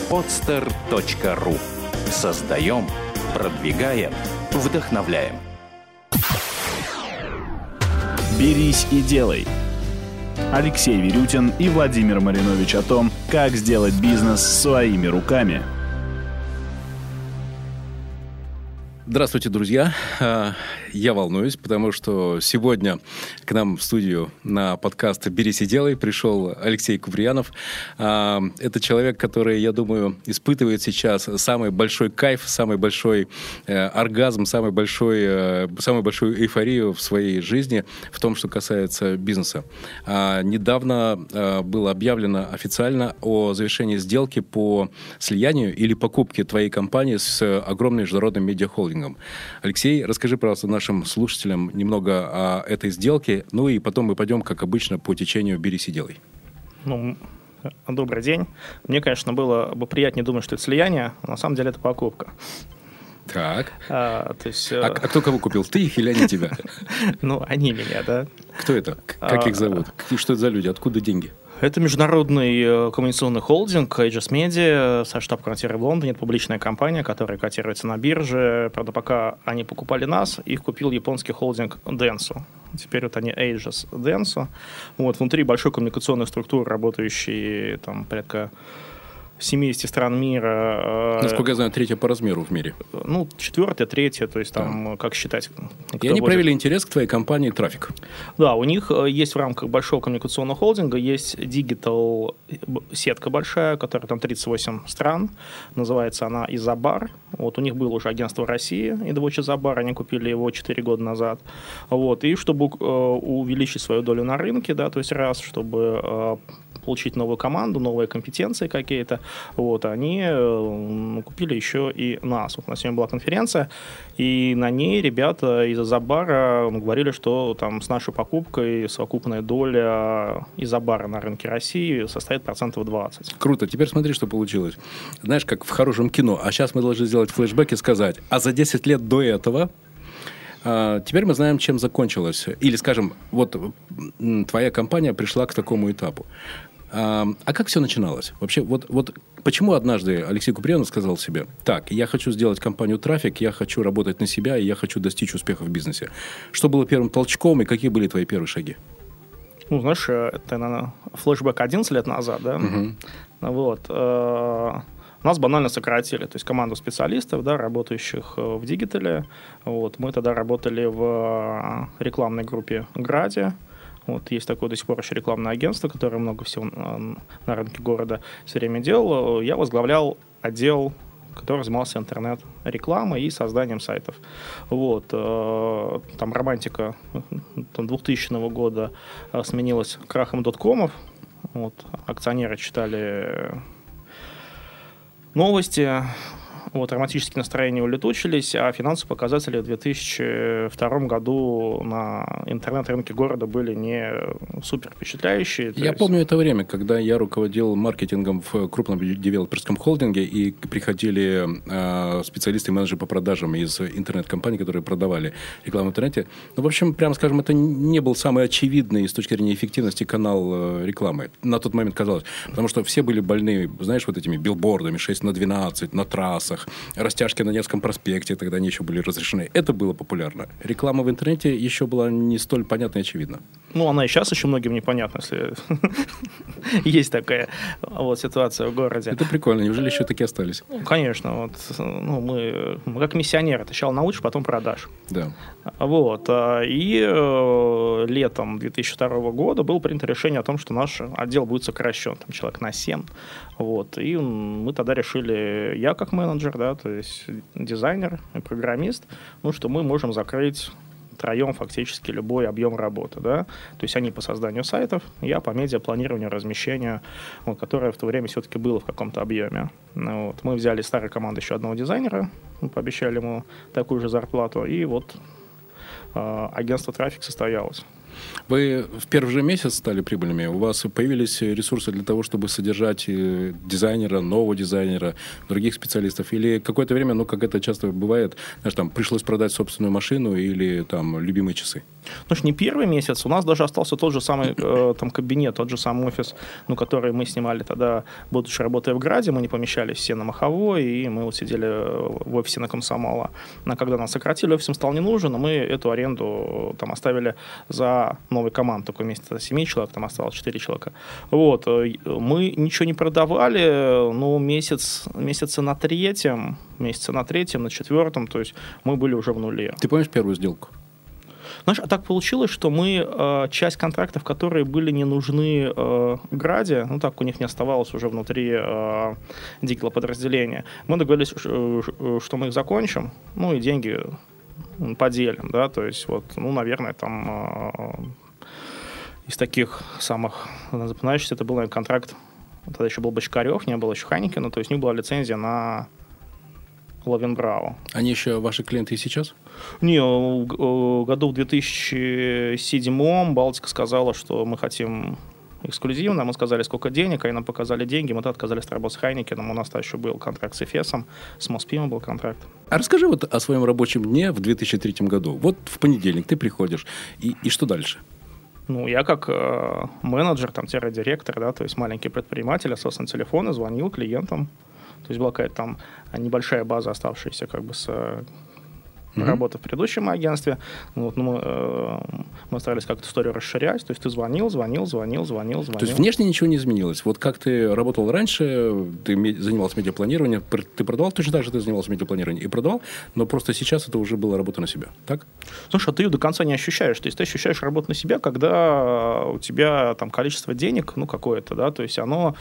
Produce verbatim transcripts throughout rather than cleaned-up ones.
подстер точка ру. Создаем, продвигаем, вдохновляем. «Берись и делай». Алексей Верютин и Владимир Маринович о том, как сделать бизнес своими руками. Здравствуйте, друзья. Я волнуюсь, потому что сегодня к нам в студию на подкаст «Берись и делай» пришел Алексей Куприянов. Это человек, который, я думаю, испытывает сейчас самый большой кайф, самый большой оргазм, самый большой, самую большую эйфорию в своей жизни в том, что касается бизнеса. Недавно было объявлено официально о завершении сделки по слиянию или покупке твоей компании с огромным международным медиахолдингом. Алексей, расскажи, пожалуйста, нашим слушателям немного о этой сделке, ну и потом мы пойдем, как обычно, по течению «Берись и делай». Ну, добрый день. Мне, конечно, было бы приятнее думать, что это слияние, но на самом деле это покупка. Так. А, то есть, а, а кто кого купил? Ты их или они тебя? Ну, они меня, да. Кто это? Как их зовут? Что это за люди? Откуда деньги? Это международный коммуникационный холдинг Aegis Media со штаб-квартирой в Лондоне. Это публичная компания, которая котируется на бирже. Правда, пока они покупали нас, их купил японский холдинг Dentsu. Теперь вот они Aegis Dentsu. Вот, внутри большой коммуникационной структуры, работающей там порядка семьдесят стран мира. Насколько я знаю, третья по размеру в мире. Ну, четвертая, третья, то есть там, да. Как считать. И они проявили интерес к твоей компании «Трафик». Да, у них есть в рамках большого коммуникационного холдинга, есть диджитал сетка большая, которая там тридцать восемь стран, называется она Изобар. Вот у них было уже агентство в России, Idwatch Изобар, они купили его четыре года назад. Вот, и чтобы э, увеличить свою долю на рынке, да, то есть раз, чтобы э, получить новую команду, новые компетенции какие-то, вот, они э, купили еще и нас. Вот у нас сегодня была конференция, и на ней ребята из Изобара говорили, что там с нашей покупкой совокупная доля Изобара на рынке России составит процентов двадцать. Круто. Теперь смотри, что получилось. Знаешь, как в хорошем кино. А сейчас мы должны сделать флешбэк и сказать, а за десять лет до этого теперь мы знаем, чем закончилось. Или, скажем, вот твоя компания пришла к такому этапу. А, а как все начиналось? Вообще, вот, вот почему однажды Алексей Куприянов сказал себе, так, я хочу сделать компанию «Трафик», я хочу работать на себя, и я хочу достичь успеха в бизнесе. Что было первым толчком, и какие были твои первые шаги? Ну, знаешь, это, наверное, флешбэк одиннадцать лет назад, да? Угу. Вот. Нас банально сократили, то есть команду специалистов, да, работающих в диджитале. Вот. Мы тогда работали в рекламной группе «Граде». Вот, есть такое до сих пор еще рекламное агентство, которое много всего на рынке города все время делало. Я возглавлял отдел, который занимался интернет-рекламой и созданием сайтов. Вот, там романтика там, двухтысячного года сменилась крахом доткомов. Вот, акционеры читали новости, вот, романтические настроения улетучились, а финансовые показатели в две тысячи втором году на интернет-рынке города были не супер впечатляющие. Я есть... помню это время, когда я руководил маркетингом в крупном девелоперском холдинге, и приходили э, специалисты и менеджеры по продажам из интернет-компаний, которые продавали рекламу в интернете. Ну, в общем, прямо скажем, это не был самый очевидный с точки зрения эффективности канал рекламы. На тот момент казалось. Потому что все были больны, знаешь, вот этими билбордами шесть на двенадцать, на трассах, растяжки на Невском проспекте, тогда они еще были разрешены. Это было популярно. Реклама в интернете еще была не столь понятна и очевидна. Ну, она и сейчас еще многим непонятна, если есть такая вот ситуация в городе. Это прикольно. Неужели еще такие остались? Конечно. Вот, ну, мы, мы как миссионеры. Сначала научишь, потом продашь. Да. Вот. И э, летом две тысячи второго года было принято решение о том, что наш отдел будет сокращен. Там человек на семь. Вот. И мы тогда решили, я как менеджер, да, то есть дизайнер и программист, ну, что мы можем закрыть втроем фактически любой объем работы, да, то есть они по созданию сайтов, я по медиапланированию, размещению, вот, которое в то время все-таки было в каком-то объеме. Вот. Мы взяли старой командой еще одного дизайнера, мы пообещали ему такую же зарплату, и вот э, агентство «Трафик» состоялось. Вы в первый же месяц стали прибыльными? У вас появились ресурсы для того, чтобы содержать дизайнера, нового дизайнера, других специалистов? Или какое-то время, ну, как это часто бывает, знаешь, там, пришлось продать собственную машину или там любимые часы? Ну, что не первый месяц, у нас даже остался тот же самый э, там кабинет, тот же самый офис, ну, который мы снимали тогда, будучи работая в Граде, мы не помещались все на Маховой, и мы вот сидели в офисе на Комсомола. А когда нас сократили, офис им стал не нужен, а мы эту аренду там оставили за новую команду, только вместо семи человек, там осталось четыре человека. Вот, мы ничего не продавали, ну, месяц, месяца на третьем, месяца на третьем, на четвертом, то есть мы были уже в нуле. Ты помнишь первую сделку? Знаешь, а так получилось, что мы э, часть контрактов, которые были не нужны э, Граде, ну так у них не оставалось уже внутри э, Диггела подразделения, мы договорились, что, что мы их закончим, ну и деньги поделим, да, то есть вот, ну, наверное, там э, из таких самых запоминающихся это был, наверное, контракт, тогда еще был Бочкарев, не было еще Хайникена, то есть у них была лицензия на Лавенбрау. Они еще ваши клиенты и сейчас? Не, году в две тысячи седьмом Балтика сказала, что мы хотим эксклюзивно. Мы сказали, сколько денег, они нам показали деньги. Мы тогда отказались работать с Хайникеном. У нас тогда еще был контракт с Эфесом, с Моспимом был контракт. А расскажи вот о своем рабочем дне в две тысячи третьем году. Вот в понедельник ты приходишь, и, и что дальше? Ну, я как э, менеджер, там, директор, да, то есть маленький предприниматель, отсосан телефоны, звонил клиентам. То есть была какая-то там небольшая база, оставшаяся как бы с mm-hmm. работы в предыдущем агентстве. Вот, ну, мы, э, мы старались как-то историю расширять. То есть ты звонил, звонил, звонил, звонил, звонил. То есть внешне ничего не изменилось? Вот как ты работал раньше, ты занимался медиапланированием, ты продавал точно так же, ты занимался медиапланированием и продавал, но просто сейчас это уже была работа на себя, так? Слушай, а ты ее до конца не ощущаешь. То есть ты ощущаешь работу на себя, когда у тебя там количество денег, ну, какое-то, да, то есть оно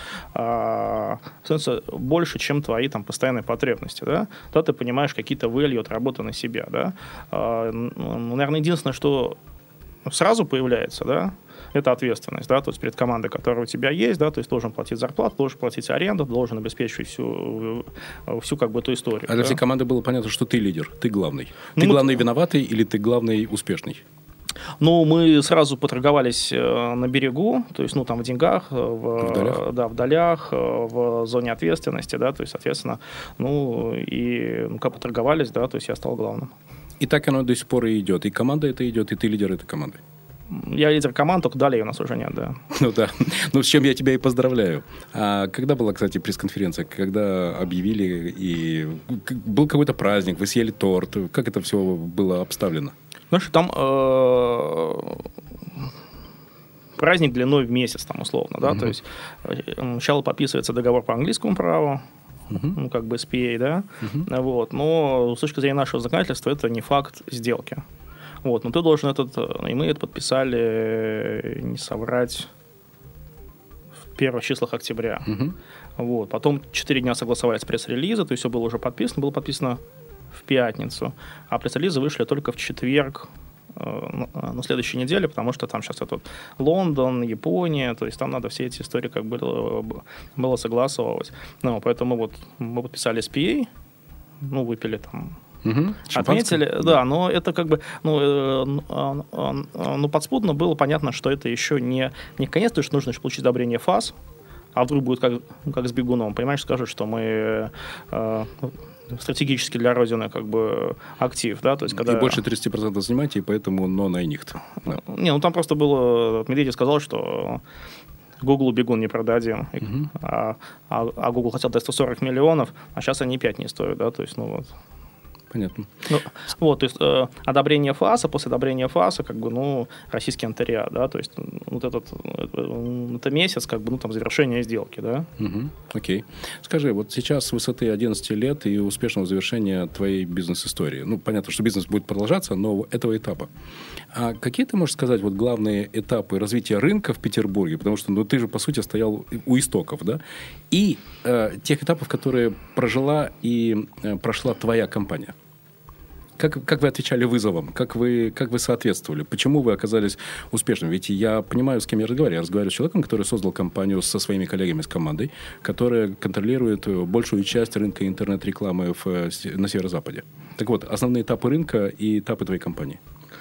а, становится больше, чем твои там постоянные потребности, да. Тогда ты понимаешь какие-то value от работы на себя, да. А, ну, наверное, единственное, что сразу появляется, да, это ответственность, да, то есть перед командой, которая у тебя есть, да, то есть должен платить зарплату, должен платить аренду, должен обеспечивать всю, всю как бы эту историю. А для да? всей команды было понятно, что ты лидер, ты главный. Ну, ты мы... главный виноватый или ты главный успешный? Ну, мы сразу поторговались на берегу, то есть, ну, там, в деньгах, в, в долях? Да, в долях, в зоне ответственности, да, то есть, соответственно, ну, и, ну, как поторговались, да, то есть, я стал главным. И так оно до сих пор и идет. И команда это идет, и ты лидер этой команды. Я лидер команд, только далее у нас уже нет, да. Ну да, ну с чем я тебя и поздравляю. А когда была, кстати, пресс-конференция? Когда объявили, и был какой-то праздник, вы съели торт? Как это все было обставлено? Знаешь, там э, праздник длиной в месяц, там, условно, да, uh-huh. то есть сначала подписывается договор по английскому праву, uh-huh. ну, как бы эс пи эй, да, uh-huh. вот, но с точки зрения нашего законодательства это не факт сделки. Вот, но ты должен этот, и мы это подписали, не соврать, в первых числах октября. Uh-huh. Вот, потом четыре дня согласовались пресс-релизы, то есть все было уже подписано, было подписано в пятницу, а пресс-релизы вышли только в четверг э, на следующей неделе, потому что там сейчас этот Лондон, Япония, то есть там надо все эти истории как бы было, было согласовывать. Ну, поэтому вот мы подписали эс пи эй, ну, выпили там, угу. отметили, да, да, но это как бы, ну, э, э, э, ну, подспудно было понятно, что это еще не, не конец, то есть нужно еще получить одобрение ФАС, а вдруг будет как, как с бегуном, понимаешь, скажут, что мы э, стратегически для Родины как бы актив, да, то есть когда... И больше тридцать процентов занимаете, и поэтому но на них. Да. Не, ну там просто было, Медведев сказал, что Google бегун не продадим, угу. а, а, а Google хотел дать сто сорок миллионов, а сейчас они пять не стоят, да, то есть, ну вот. Понятно. Ну, вот, то есть э, одобрение ФАСа, после одобрения ФАСа, как бы, ну, российский нотариат, да, то есть вот этот, это, это месяц, как бы, ну, там, завершение сделки, да. Угу. Окей. Скажи, вот сейчас с высоты одиннадцати лет и успешного завершения твоей бизнес-истории, ну, понятно, что бизнес будет продолжаться, но этого этапа. А какие ты можешь сказать вот главные этапы развития рынка в Петербурге? Потому что, ну, ты же, по сути, стоял у истоков, да? И э, тех этапов, которые прожила и э, прошла твоя компания. Как, как вы отвечали вызовам? Как вы, как вы соответствовали? Почему вы оказались успешным? Ведь я понимаю, с кем я разговариваю. Я разговариваю с человеком, который создал компанию со своими коллегами, с командой, которая контролирует большую часть рынка интернет-рекламы в, на северо-западе. Так вот, основные этапы рынка и этапы твоей компании.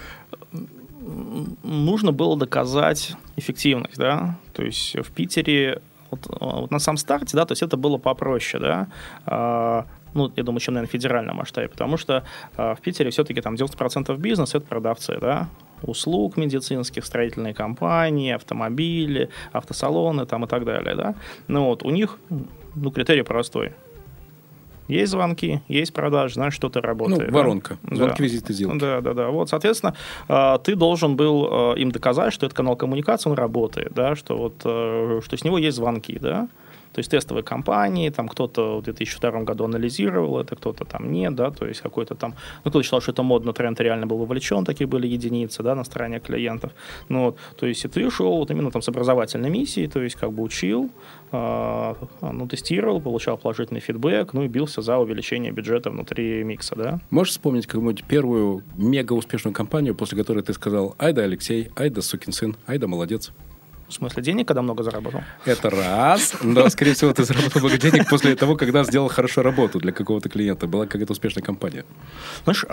Нужно было доказать эффективность, да? То есть в Питере, вот, вот на самом старте, да, то есть это было попроще, да? Ну, я думаю, чем, наверное, в федеральном масштабе, потому что э, в Питере все-таки там девяносто процентов бизнеса – это продавцы, да, услуг медицинских, строительные компании, автомобили, автосалоны там, и так далее. Да? Ну, вот, у них ну, критерий простой. Есть звонки, есть продажи, знаешь, что-то работает. Ну, воронка. Да? Звонки, да. визиты, сделки. Да, да, да. Вот, соответственно, ты должен был им доказать, что этот канал коммуникации, он работает, да, что, вот, что с него есть звонки, да. То есть тестовые компании, там кто-то в две тысячи втором году анализировал это, кто-то там нет, да, то есть какой-то там, ну, кто-то считал, что это модно, тренд реально был вовлечен, такие были единицы, да, на стороне клиентов. Ну, вот, то есть и ты шел вот именно там с образовательной миссией, то есть как бы учил, э, ну, тестировал, получал положительный фидбэк, ну, и бился за увеличение бюджета внутри микса, да. Можешь вспомнить какую-нибудь первую мега успешную компанию, после которой ты сказал: ай да Алексей, ай да сукин сын, ай да молодец? В смысле, денег, когда много заработал? Это раз. Но, скорее всего, ты заработал много денег после того, когда сделал хорошую работу для какого-то клиента. Была какая-то успешная компания. Знаешь,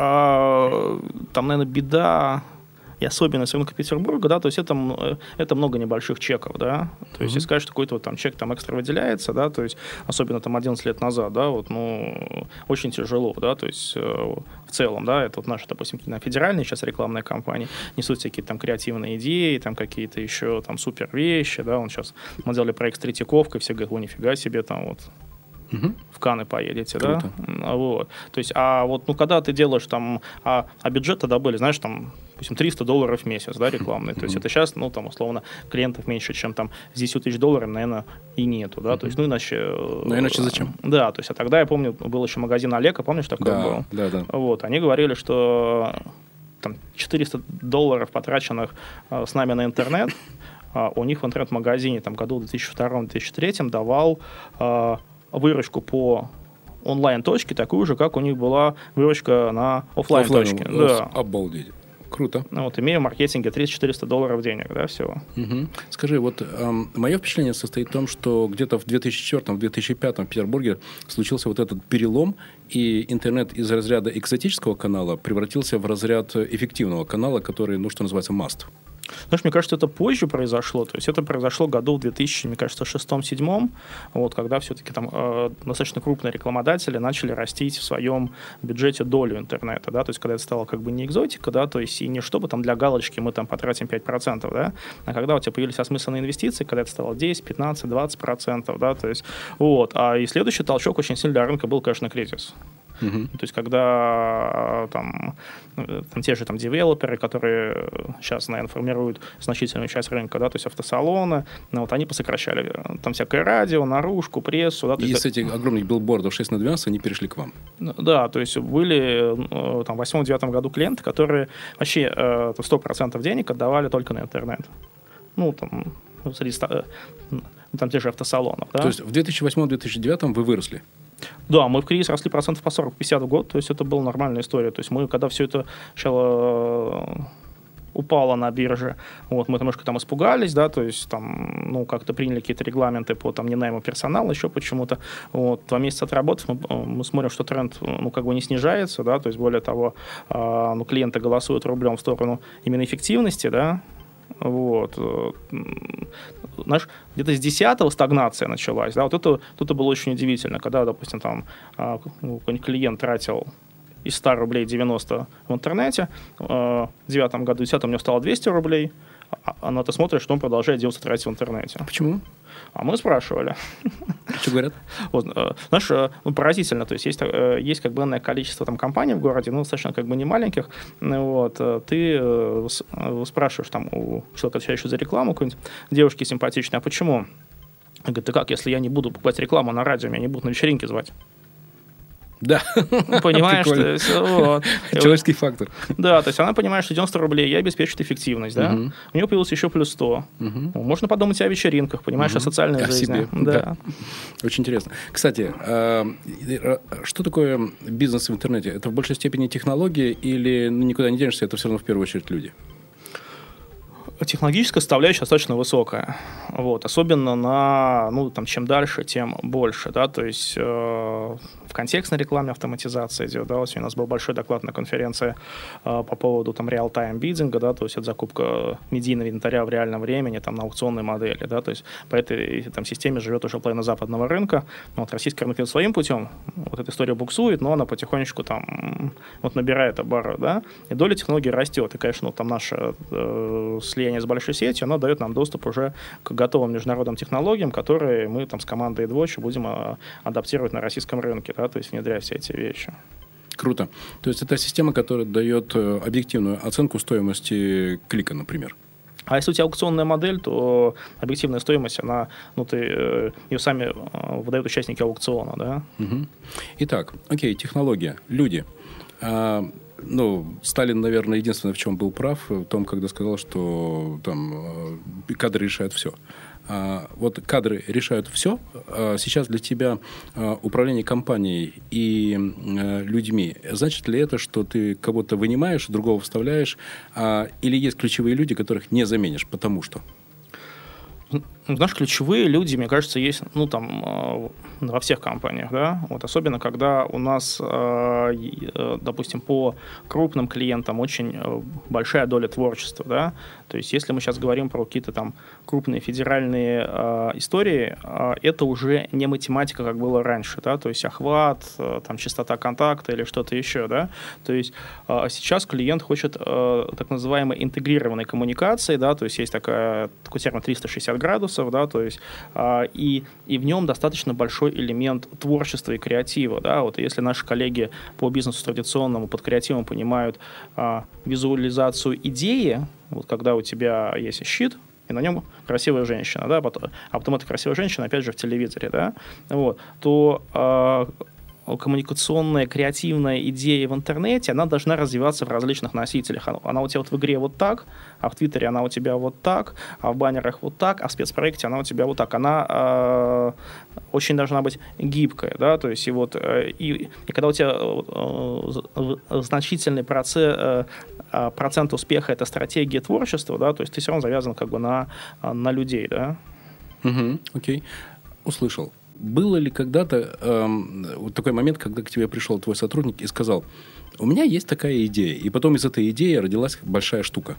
а, там, наверное, беда и особенность рынка Петербурга, да, то есть это, это много небольших чеков, да, то есть, mm-hmm. если сказать, что какой-то вот там чек там экстра выделяется, да, то есть, особенно там одиннадцать лет назад, да, вот, ну, очень тяжело, да, то есть, э, в целом, да, это вот наши, допустим, федеральные сейчас рекламные кампании несут всякие там креативные идеи, там какие-то еще там супер вещи, да, он сейчас, мы делали проект с Третьяковкой, все говорят: о, нифига себе, там вот, угу. в Канны поедете, круто. Да, вот, то есть, а вот, ну, когда ты делаешь там, а, а бюджет тогда были, знаешь, там, допустим, триста долларов в месяц, да, рекламный. То есть это сейчас, ну, там, условно, клиентов меньше, чем там с десять тысяч долларов, наверное, и нету, да, то есть, ну, иначе... Ну, иначе зачем? Да, то есть, а тогда, я помню, был еще магазин Олега, помнишь, такой да, был? Да, да. Вот, они говорили, что там четыреста долларов, потраченных а, с нами на интернет, а, у них в интернет-магазине там году в две тысячи втором - две тысячи третьем давал а, выручку по онлайн-точке такую же, как у них была выручка на офлайн-точке. Офлайн, да. Обалдеть. Круто. Ну, вот, имея в маркетинге триста-четыреста долларов денег, да, всего. Угу. Скажи, вот эм, мое впечатление состоит в том, что где-то в две тысячи четвёртом - две тысячи пятом в Петербурге случился вот этот перелом, и интернет из разряда экзотического канала превратился в разряд эффективного канала, который, ну, что называется, must. Знаешь, мне кажется, это позже произошло. То есть это произошло году в две тысячи, мне кажется, шестом-седьмом, вот, когда все-таки там э, достаточно крупные рекламодатели начали растить в своем бюджете долю интернета, да, то есть когда это стало как бы не экзотика, да, то есть и не чтобы там для галочки мы там потратим пять процентов, да, а когда у тебя появились осмысленные инвестиции, когда это стало десять, пятнадцать, двадцать процентов, да, то есть вот. А и следующий толчок очень сильный для рынка был, конечно, кризис. Uh-huh. То есть, когда там, там те же там девелоперы, которые сейчас, наверное, формируют значительную часть рынка, да, то есть автосалоны, ну, вот они посокращали там всякое радио, наружку, прессу. Да, и есть, с этих огромных билбордов шесть на двенадцать они перешли к вам. Да, то есть были там, в восьмом-девятом году клиенты, которые вообще сто процентов денег отдавали только на интернет. Ну, там, среди, там те же автосалонов. Да? То есть в две тысячи восьмом - две тысячи девятом вы выросли? Да, мы в кризис росли процентов по сорок-пятьдесят в год, то есть это была нормальная история. То есть мы, когда все это сначала упало на бирже, вот, мы немножко там испугались, да, то есть там, ну, как-то приняли какие-то регламенты по там ненайму персонала еще почему-то. Вот, два месяца отработав, мы, мы смотрим, что тренд, ну, как бы не снижается, да, то есть более того, э, ну, клиенты голосуют рублем в сторону именно эффективности, да. Вот. Знаешь, где-то с десятого стагнация началась. Да? Вот это, это было очень удивительно, когда, допустим, там какой-нибудь клиент тратил из ста рублей девяносто в интернете, в девятом году, в десятом у него стало двести рублей, а на это смотришь, что он продолжает девяносто тратить в интернете. Почему? А мы спрашивали. Что говорят? Вот, знаешь, ну, поразительно. То есть есть, есть как бы энное количество там компаний в городе, ну, достаточно как бы не маленьких. Вот, ты спрашиваешь там у человека, отвечающего за рекламу, какой-нибудь девушки симпатичной, а почему? Он говорит: ты как, если я не буду покупать рекламу на радио, меня не будут на вечеринке звать? Да. Понимаешь, что есть, вот. Человеческий фактор. Да, то есть она понимает, что девяносто рублей ей обеспечит эффективность, да. Uh-huh. У нее появилось еще плюс сто. Uh-huh. Можно подумать о вечеринках, понимаешь, uh-huh. о социальной о жизни. Себе. Да. Да. Очень интересно. Кстати, что такое бизнес в интернете? Это в большей степени технологии или ну, никуда не денешься, это все равно в первую очередь люди? Технологическая составляющая достаточно высокая, вот, особенно на, ну, там, чем дальше, тем больше, да, то есть э, в контекстной рекламе автоматизация идет, да, вот у нас был большой доклад на конференции э, по поводу там реал-тайм биддинга, да, то есть это закупка медийного инвентаря в реальном времени, там на аукционной модели, да, то есть по этой там системе живет уже половина западного рынка, вот российский рынок идет своим путем, вот эта история буксует, но она потихонечку там вот набирает оборот, да, и доля технологий растет, и, конечно, ну, там наше э, слияние с большой сетью, оно дает нам доступ уже к готовым международным технологиям, которые мы там с командой Edwatch будем э, адаптировать на российском рынке, да, то есть внедрять все эти вещи. Круто. То есть это система, которая дает объективную оценку стоимости клика, например. А если у тебя аукционная модель, то объективная стоимость, она, ну, ты, э, ее сами э, выдают участники аукциона, да? Угу. Итак, окей, технология, люди. А, ну, Сталин, наверное, единственное, в чем был прав, в том, когда сказал, что там кадры решают все. А, вот кадры решают все. А сейчас для тебя а, управление компанией и а, людьми, значит ли это, что ты кого-то вынимаешь, другого вставляешь, а, или есть ключевые люди, которых не заменишь, потому что? Знаешь, ключевые люди, мне кажется, есть, ну, там, во всех компаниях, да, вот особенно, когда у нас, допустим, по крупным клиентам очень большая доля творчества, да, то есть если мы сейчас говорим про какие-то там крупные федеральные истории, это уже не математика, как было раньше, да, то есть охват, там, частота контакта или что-то еще, да, то есть сейчас клиент хочет так называемой интегрированной коммуникации, да, то есть есть такая, такой термин триста шестьдесят градусов, да, то есть а, и, и в нем достаточно большой элемент творчества и креатива, да, вот если наши коллеги по бизнесу традиционному под креативом понимают а, визуализацию идеи, вот когда у тебя есть щит, и на нем красивая женщина, да, потом, а потом эта красивая женщина, опять же, в телевизоре, да, вот, то а, коммуникационная, креативная идея в интернете, она должна развиваться в различных носителях. Она у тебя вот в игре вот так, а в Твиттере она у тебя вот так, а в баннерах вот так, а в спецпроекте она у тебя вот так. Она э, очень должна быть гибкая, да, то есть и вот, э, и, и когда у тебя э, значительный процесс, э, процент успеха — это стратегия творчества, да, то есть ты все равно завязан как бы на, на людей, да. Угу, окей, услышал. Было ли когда-то эм, вот такой момент, когда к тебе пришел твой сотрудник и сказал: у меня есть такая идея, и потом из этой идеи родилась большая штука?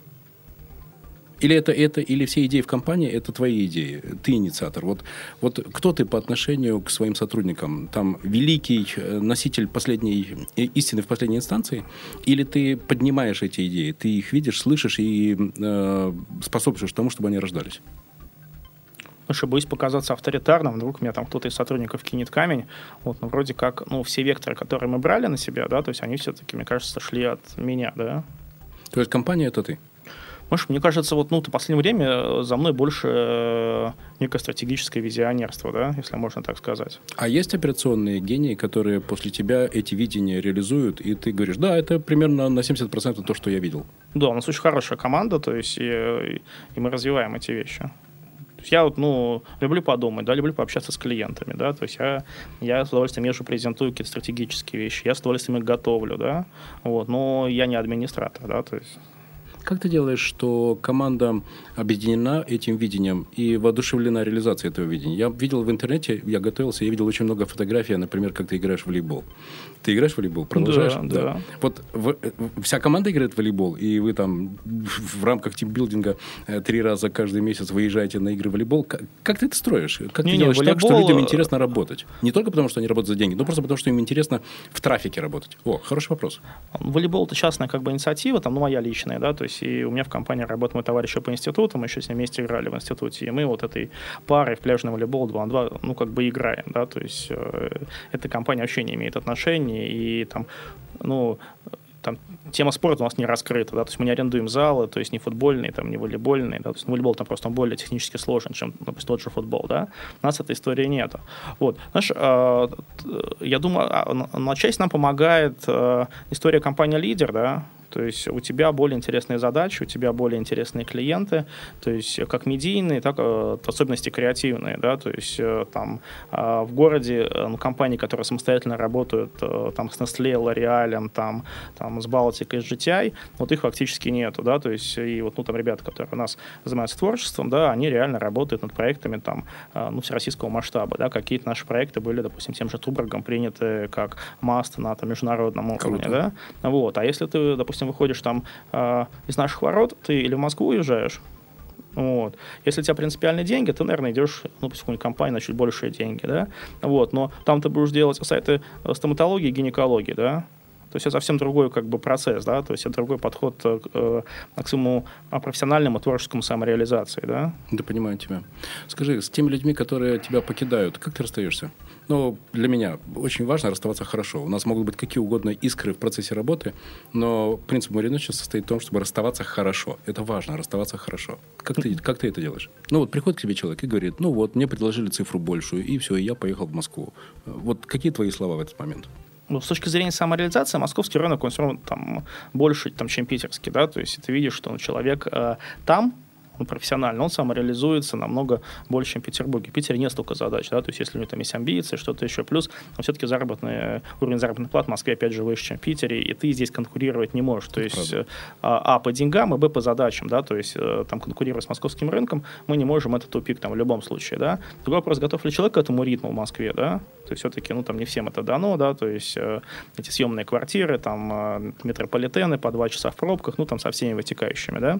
Или это, это, или все идеи в компании – это твои идеи, ты инициатор? Вот, вот кто ты по отношению к своим сотрудникам? Там великий носитель последней истины в последней инстанции? Или ты поднимаешь эти идеи, ты их видишь, слышишь и э, способствуешь тому, чтобы они рождались? Слушай, боюсь показаться авторитарным, вдруг меня там кто-то из сотрудников кинет камень. Вот, ну, вроде как, ну, все векторы, которые мы брали на себя, да, то есть они все-таки, мне кажется, шли от меня, да. То есть компания – это ты? Может, мне кажется, вот, ну, в последнее время за мной больше э, некое стратегическое визионерство, да, если можно так сказать. А есть операционные гении, которые после тебя эти видения реализуют, и ты говоришь: да, это примерно на семьдесят процентов то, что я видел? Да, у нас очень хорошая команда, то есть и, и мы развиваем эти вещи. Я вот, ну, люблю подумать, да, люблю пообщаться с клиентами, да, то есть я, я с удовольствием езжу, презентую какие-то стратегические вещи, я с удовольствием их готовлю, да, вот, но я не администратор, да, то есть... Как ты делаешь, что команда объединена этим видением и воодушевлена реализацией этого видения? Я видел в интернете, я готовился, я видел очень много фотографий, например, как ты играешь в волейбол. Ты играешь в волейбол? Продолжаешь? Да, да. да. Вот в, вся команда играет в волейбол, и вы там в рамках тимбилдинга три раза каждый месяц выезжаете на игры в волейбол. Как, как ты это строишь? Как не, ты делаешь не, волейбол... так, что людям интересно работать? Не только потому, что они работают за деньги, но просто потому, что им интересно в трафике работать. О, хороший вопрос. Волейбол – это частная как бы инициатива, там, ну, моя личная, да, то есть и у меня в компании работает мой товарищ по институту, мы еще с ним вместе играли в институте, и мы вот этой парой в пляжный волейбол два на два, ну, как бы играем, да, то есть э, эта компания вообще не имеет отношения, и там, ну, там тема спорта у нас не раскрыта, да, то есть мы не арендуем залы, то есть не футбольные, там, не волейбольные, да, то есть волейбол там просто более технически сложен, чем, допустим, тот же футбол, да, у нас этой истории нету. Вот, знаешь, э, я думаю, на часть нам помогает э, история компании «Лидер», да, То есть у тебя более интересные задачи, у тебя более интересные клиенты, то есть как медийные, так в особенности креативные, да, то есть там в городе ну, компании, которые самостоятельно работают там с Nestlé, L'Oreal, там, там с Балтикой, с джи ти ай, вот их фактически нету, да, то есть и вот ну там ребята, которые у нас занимаются творчеством, да, они реально работают над проектами там ну всероссийского масштаба, да, какие-то наши проекты были, допустим, тем же Туборгом приняты как маст на там, международном уровне, да, вот, а если ты, допустим, выходишь там э, из наших ворот, ты или в Москву уезжаешь, вот. Если у тебя принципиальные деньги, ты, наверное, идешь, ну, пусть какую-нибудь компанию на чуть большие деньги, да, вот, но там ты будешь делать сайты стоматологии и гинекологии, да, то есть это совсем другой как бы процесс, да, то есть это другой подход э, к своему профессиональному творческому самореализации, да. Да, понимаю тебя. Скажи, с теми людьми, которые тебя покидают, как ты расстаешься? Ну, для меня очень важно расставаться хорошо. У нас могут быть какие угодно искры в процессе работы, но принцип Мариновича состоит в том, чтобы расставаться хорошо. Это важно, расставаться хорошо. Как ты, как ты это делаешь? Ну, вот приходит к тебе человек и говорит, ну вот, мне предложили цифру большую, и все, и я поехал в Москву. Вот какие твои слова в этот момент? Ну, с точки зрения самореализации, московский рынок, он все равно там, больше, там, чем питерский, да, то есть ты видишь, что человек э, там, он профессионально, он самореализуется намного больше, чем в Петербурге. В Питере нет столько задач, да, то есть если у него там есть амбиции, что-то еще, плюс, но все-таки заработный, уровень заработной платы в Москве, опять же, выше, чем в Питере, и ты здесь конкурировать не можешь, то есть правда. А, по деньгам, и б, по задачам, да, то есть там конкурировать с московским рынком мы не можем, это тупик там в любом случае, да. Другой вопрос, готов ли человек к этому ритму в Москве, да, то есть все-таки, ну, там не всем это дано, да, то есть эти съемные квартиры, там метрополитены по два часа в пробках, ну, там со всеми вытекающими, да.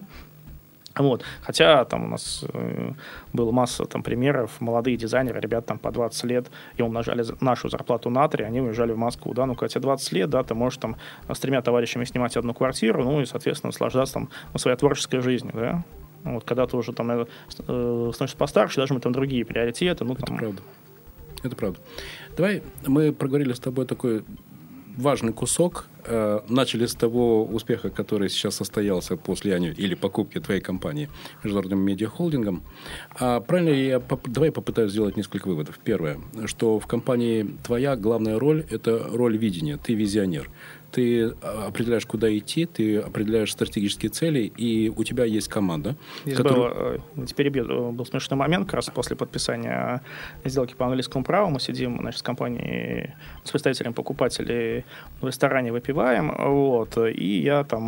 Вот. Хотя там у нас э, была масса там, примеров, молодые дизайнеры, ребята там по двадцать лет, и умножали нашу зарплату на три, они уезжали в Москву, да, ну, когда тебе двадцать лет, да, ты можешь там с тремя товарищами снимать одну квартиру, ну, и, соответственно, наслаждаться там своей творческой жизнью, да. Вот, когда ты уже там э, становишься постарше, даже мы там другие приоритеты, ну, там... Это правда. Это правда. Давай, мы проговорили с тобой такой важный кусок. Начали с того успеха, который сейчас состоялся после или покупки твоей компании международным медиахолдингом. А правильно я поп- давай попытаюсь сделать несколько выводов. Первое, что в компании твоя главная роль – это роль видения. Ты визионер. Ты определяешь, куда идти, ты определяешь стратегические цели, и у тебя есть команда. Здесь которая... был, теперь был смешной момент, как раз после подписания сделки по английскому праву. Мы сидим, значит, с компанией, с представителем покупателей в ресторане, выпиваем, вот, и я там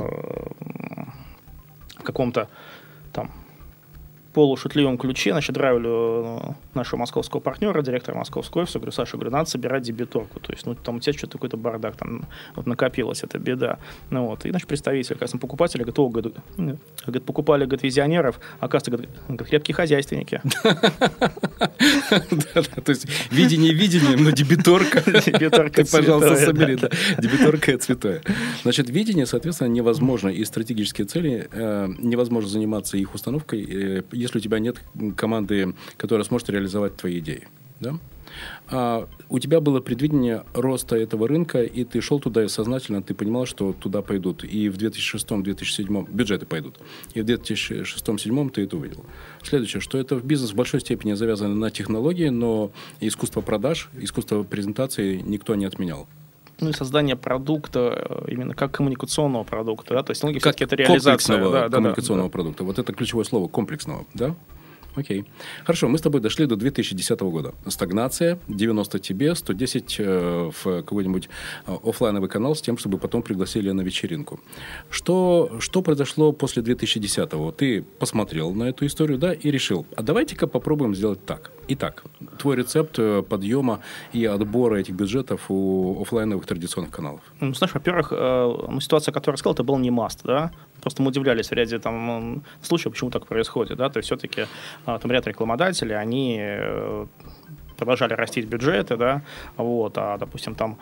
в каком-то там полушутливом ключе, значит, драйвлю нашего московского партнера, директора московского офиса, говорю, Саша, говорю, надо собирать дебиторку, то есть, ну, там у тебя что-то какой-то бардак, там вот накопилось, это беда, ну, вот, и, значит, представитель, как раз покупатели, говорит, о, говорит, говорит, покупали, говорит, визионеров, оказывается, говорит, крепкие хозяйственники. То есть, видение видением, но дебиторка, ты, пожалуйста, собери, дебиторка святая. Значит, видение, соответственно, невозможно, и стратегические цели невозможно заниматься их установкой, если у тебя нет команды, которая сможет реализовать твои идеи. Да? А у тебя было предвидение роста этого рынка, и ты шел туда, и сознательно ты понимал, что туда пойдут. И в две тысячи шестом - две тысячи седьмом бюджеты пойдут. И в две тысячи шестом - две тысячи седьмом ты это увидел. Следующее, что это в бизнес в большой степени завязано на технологии, но искусство продаж, искусство презентации никто не отменял. Ну и создание продукта именно как коммуникационного продукта, да, то есть технология все-таки это реализация. Комплексного да, коммуникационного да, продукта. Вот это ключевое слово, комплексного, да? Окей. Хорошо, мы с тобой дошли до две тысячи десятого года. Стагнация, девяносто тебе, сто десять э, в какой-нибудь офлайновый канал с тем, чтобы потом пригласили на вечеринку. Что, что произошло после две тысячи десятого? Ты посмотрел на эту историю, да, и решил, а давайте-ка попробуем сделать так. Итак, твой рецепт подъема и отбора этих бюджетов у офлайновых традиционных каналов. Ну, знаешь, во-первых, ну, ситуация, которую я сказал, это был не маст, да. Просто мы удивлялись в ряде там, случаев, почему так происходит, да. То есть все-таки там ряд рекламодателей, они продолжали растить бюджеты, да, вот, а, допустим, там...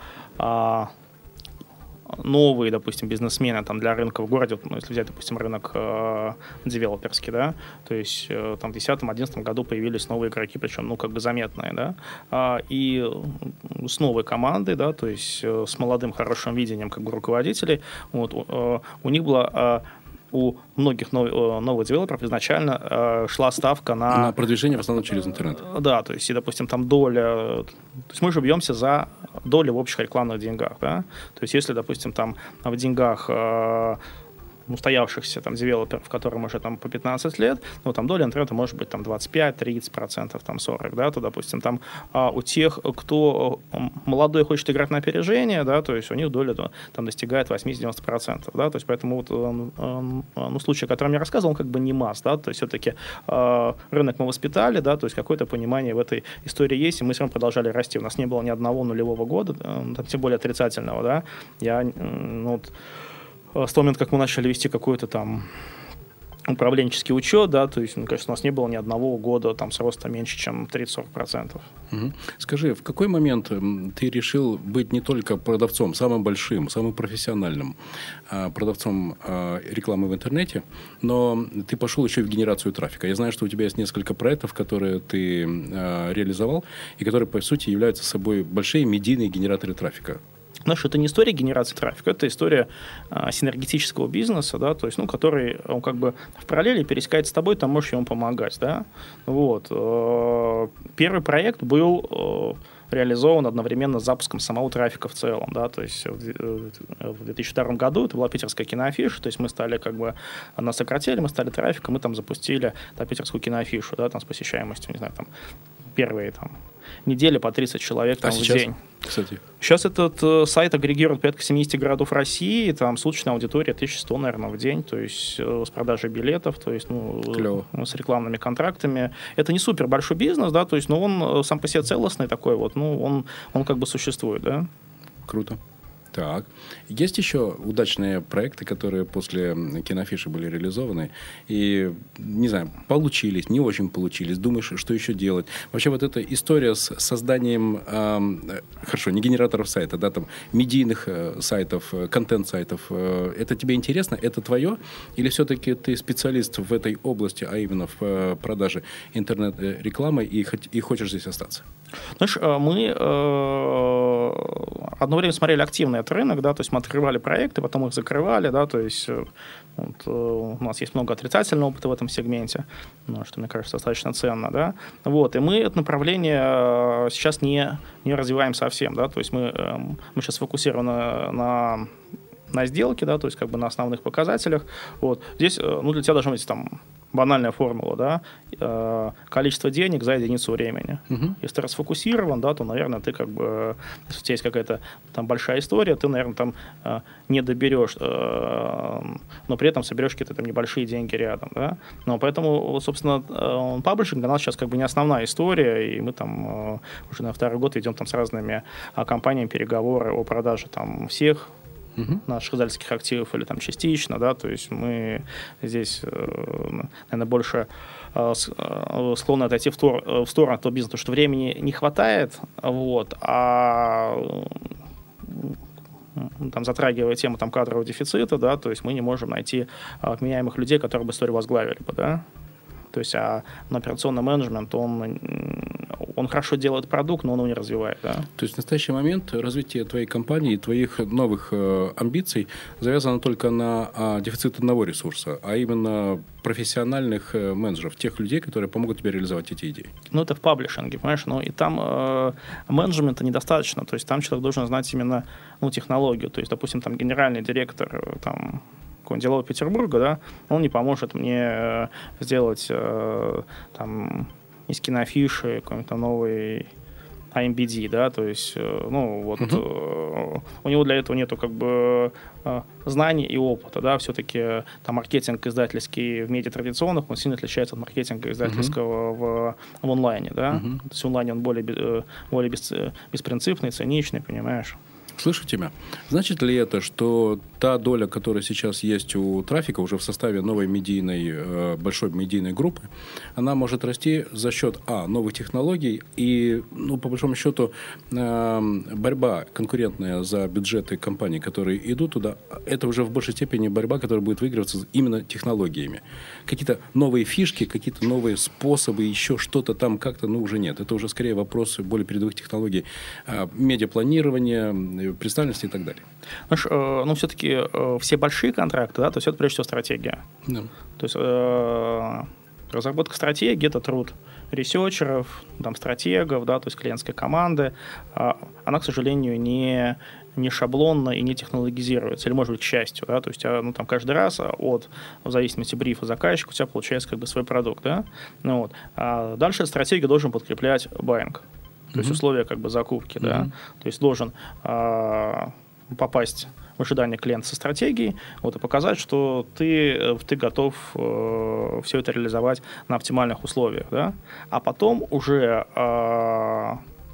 новые, допустим, бизнесмены там, для рынка в городе, ну, если взять, допустим, рынок э, девелоперский, да, то есть э, там в две тысячи десятом-две тысячи одиннадцатом году появились новые игроки, причем, ну, как бы заметные, да, а, и с новой командой, да, то есть э, с молодым хорошим видением, как бы, руководителей, вот, э, у них была... Э, у многих нов, новых девелоперов изначально э, шла ставка на... На продвижение в основном через интернет. Да, то есть, и, допустим, там доля... То есть мы же бьемся за долю в общих рекламных деньгах, да? То есть если, допустим, там в деньгах... Э, устоявшихся там девелоперов, которым уже там по пятнадцать лет, ну, там доля интернета может быть там двадцать пять, тридцать процентов, там сорок, да, то, допустим, там а у тех, кто молодой хочет играть на опережение, да, то есть у них доля там достигает восемьдесят-девяносто процентов, да, то есть поэтому вот, ну, случай, о котором я рассказывал, он как бы не масс, да, то есть все-таки а, рынок мы воспитали, да, то есть какое-то понимание в этой истории есть, и мы все равно продолжали расти, у нас не было ни одного нулевого года, там, тем более отрицательного, да, я, ну, вот, с того момента, как мы начали вести какой-то там управленческий учет, да, то есть, ну, конечно, у нас не было ни одного года там с ростом меньше, чем тридцать-сорок процентов. Угу. Скажи, в какой момент ты решил быть не только продавцом, самым большим, самым профессиональным продавцом рекламы в интернете, но ты пошел еще и в генерацию трафика? Я знаю, что у тебя есть несколько проектов, которые ты реализовал, и которые, по сути, являются собой большие медийные генераторы трафика. Знаешь, это не история генерации трафика, это история а, синергетического бизнеса, да, то есть, ну, который, он как бы в параллели пересекается с тобой, там можешь ему помогать, да, вот. Первый проект был реализован одновременно с запуском самого трафика в целом, да, то есть в две тысячи втором году это была питерская киноафиша, то есть мы стали как бы, нас сократили, мы стали трафиком, мы там запустили да, питерскую киноафишу, да, там с посещаемостью, не знаю, там первые там недели по тридцать человек там, а в сейчас, день. Кстати? Сейчас этот э, сайт агрегирует порядка семьдесят городов России, там суточная аудитория тысяча сто, наверное, в день, то есть э, с продажей билетов, то есть ну, э, с рекламными контрактами. Это не супер большой бизнес, да, то есть, но он э, сам по себе целостный такой вот, ну, он, он как бы существует, да. Круто. Так. Есть еще удачные проекты, которые после киноафиши были реализованы и, не знаю, получились, не очень получились. Думаешь, что еще делать? Вообще вот эта история с созданием, э, хорошо, не генераторов сайта, да, там, медийных э, сайтов, контент-сайтов, э, это тебе интересно? Это твое? Или все-таки ты специалист в этой области, а именно в э, продаже интернет-рекламы и, и хочешь здесь остаться? Знаешь, мы э, одно время смотрели активно этот рынок, да, то есть мы открывали проекты, потом их закрывали, да, то есть вот, э, у нас есть много отрицательного опыта в этом сегменте, ну, что, мне кажется, достаточно ценно, да, вот, и мы это направление сейчас не, не развиваем совсем, да, то есть мы, э, мы сейчас сфокусированы на, на сделке, да, то есть как бы на основных показателях, вот, здесь, ну, для тебя должна быть там банальная формула, да, э, количество денег за единицу времени. Uh-huh. Если ты расфокусирован, да, то, наверное, ты как бы, если у тебя есть какая-то там большая история, ты, наверное, там э, не доберешь, э, но при этом соберешь какие-то там небольшие деньги рядом, да. Но поэтому, вот, собственно, э, паблишинг для нас сейчас как бы не основная история, и мы там э, уже на второй год ведем там с разными э, компаниями переговоры о продаже там всех Uh-huh. наших издательских активов или там частично, да, то есть мы здесь, наверное, больше склонны отойти в, тор, в сторону этого бизнеса, потому что времени не хватает, вот, а там, затрагивая тему там, кадрового дефицита, да, то есть мы не можем найти отменяемых людей, которые бы историю возглавили бы, да. То есть, а на операционный менеджмент, он, он хорошо делает продукт, но он его не развивает. Да? То есть, в настоящий момент развитие твоей компании и твоих новых э, амбиций завязано только на э, дефицит одного ресурса, а именно профессиональных э, менеджеров, тех людей, которые помогут тебе реализовать эти идеи. Ну, это в паблишинге, понимаешь? Ну, и там э, менеджмента недостаточно. То есть, там человек должен знать именно ну, технологию. То есть, допустим, там генеральный директор, там, какого-нибудь делового Петербурга, да, он не поможет мне сделать э, там из киноафиши какой-то новый эй эм би ди, да, то есть, э, ну, вот uh-huh. э, у него для этого нету как бы э, знаний и опыта, да, все-таки там маркетинг издательский в медиа традиционных, он сильно отличается от маркетинга издательского uh-huh. в, в онлайне, да, uh-huh. то есть в онлайне он более, более бес, беспринципный, циничный, понимаешь. Слышу тебя. Значит ли это, что та доля, которая сейчас есть у трафика уже в составе новой медийной, большой медийной группы, она может расти за счет, а, новых технологий и, ну, по большому счету, борьба конкурентная за бюджеты компаний, которые идут туда, это уже в большей степени борьба, которая будет выигрываться именно технологиями. Какие-то новые фишки, какие-то новые способы, еще что-то там как-то, ну, уже нет. Это уже скорее вопрос более передовых технологий. Медиапланирования, представленности и так далее. Знаешь, э, ну, все-таки э, все большие контракты, да, то есть это прежде всего стратегия. Да. То есть э, разработка стратегии – это труд ресерчеров, там, стратегов, да, то есть клиентской команды. Э, она, к сожалению, не, не шаблонна и не технологизируется, или, может быть, к счастью, да, то есть ну, там, каждый раз от, в зависимости брифа заказчика, у тебя получается как бы свой продукт, да. Ну, вот. А дальше стратегию должен подкреплять байинг. То есть условия как бы закупки, mm-hmm. да, то есть должен э, попасть в ожидание клиента со стратегией, вот, и показать, что ты, ты готов э, все это реализовать на оптимальных условиях, да, а потом уже э,